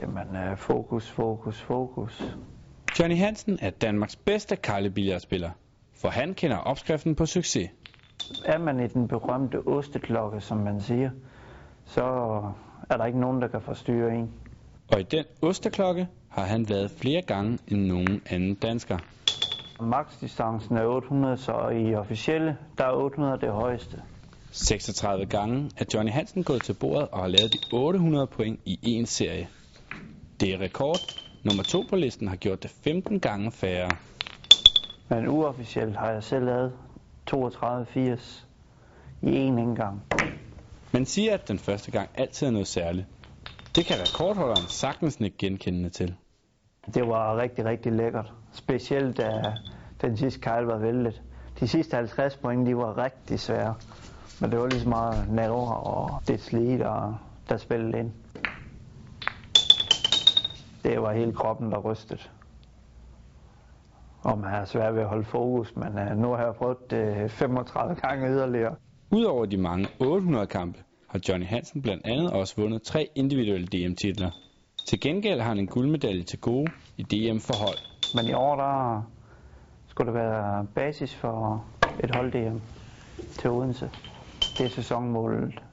Jamen, fokus. Johnny Hansen er Danmarks bedste keglebillardspiller, for han kender opskriften på succes. Er man i den berømte osteklokke, som man siger, så er der ikke nogen, der kan forstyrre en. Og i den osteklokke har han været flere gange end nogen anden dansker. Maksdistancen er 800, så i officielle, der er 800 det højeste. 36 gange er Johnny Hansen gået til bordet og har lavet de 800 point i en serie. Det er rekord. Nummer 2 på listen har gjort det 15 gange færre. Men uofficielt har jeg selv lavet 32-80 i en indgang. Man siger, at den første gang altid er noget særligt. Det kan rekordholderen sagtens ikke genkendende til. Det var rigtig, rigtig lækkert. Specielt da den sidste kegle var væltet. De sidste 50 point, de var rigtig svære. Men det var lige så meget nerver og det slid, der spillede ind. Det var hele kroppen, der rystede. Og man er svært ved at holde fokus, men nu har jeg prøvet det 35 gange yderligere. Udover de mange 800 kampe, har Johnny Hansen blandt andet også vundet 3 individuelle DM-titler. Til gengæld har han en guldmedalje til gode i DM for hold. Men i år, der skulle det være basis for et hold DM til Odense. Det er sæsonmålet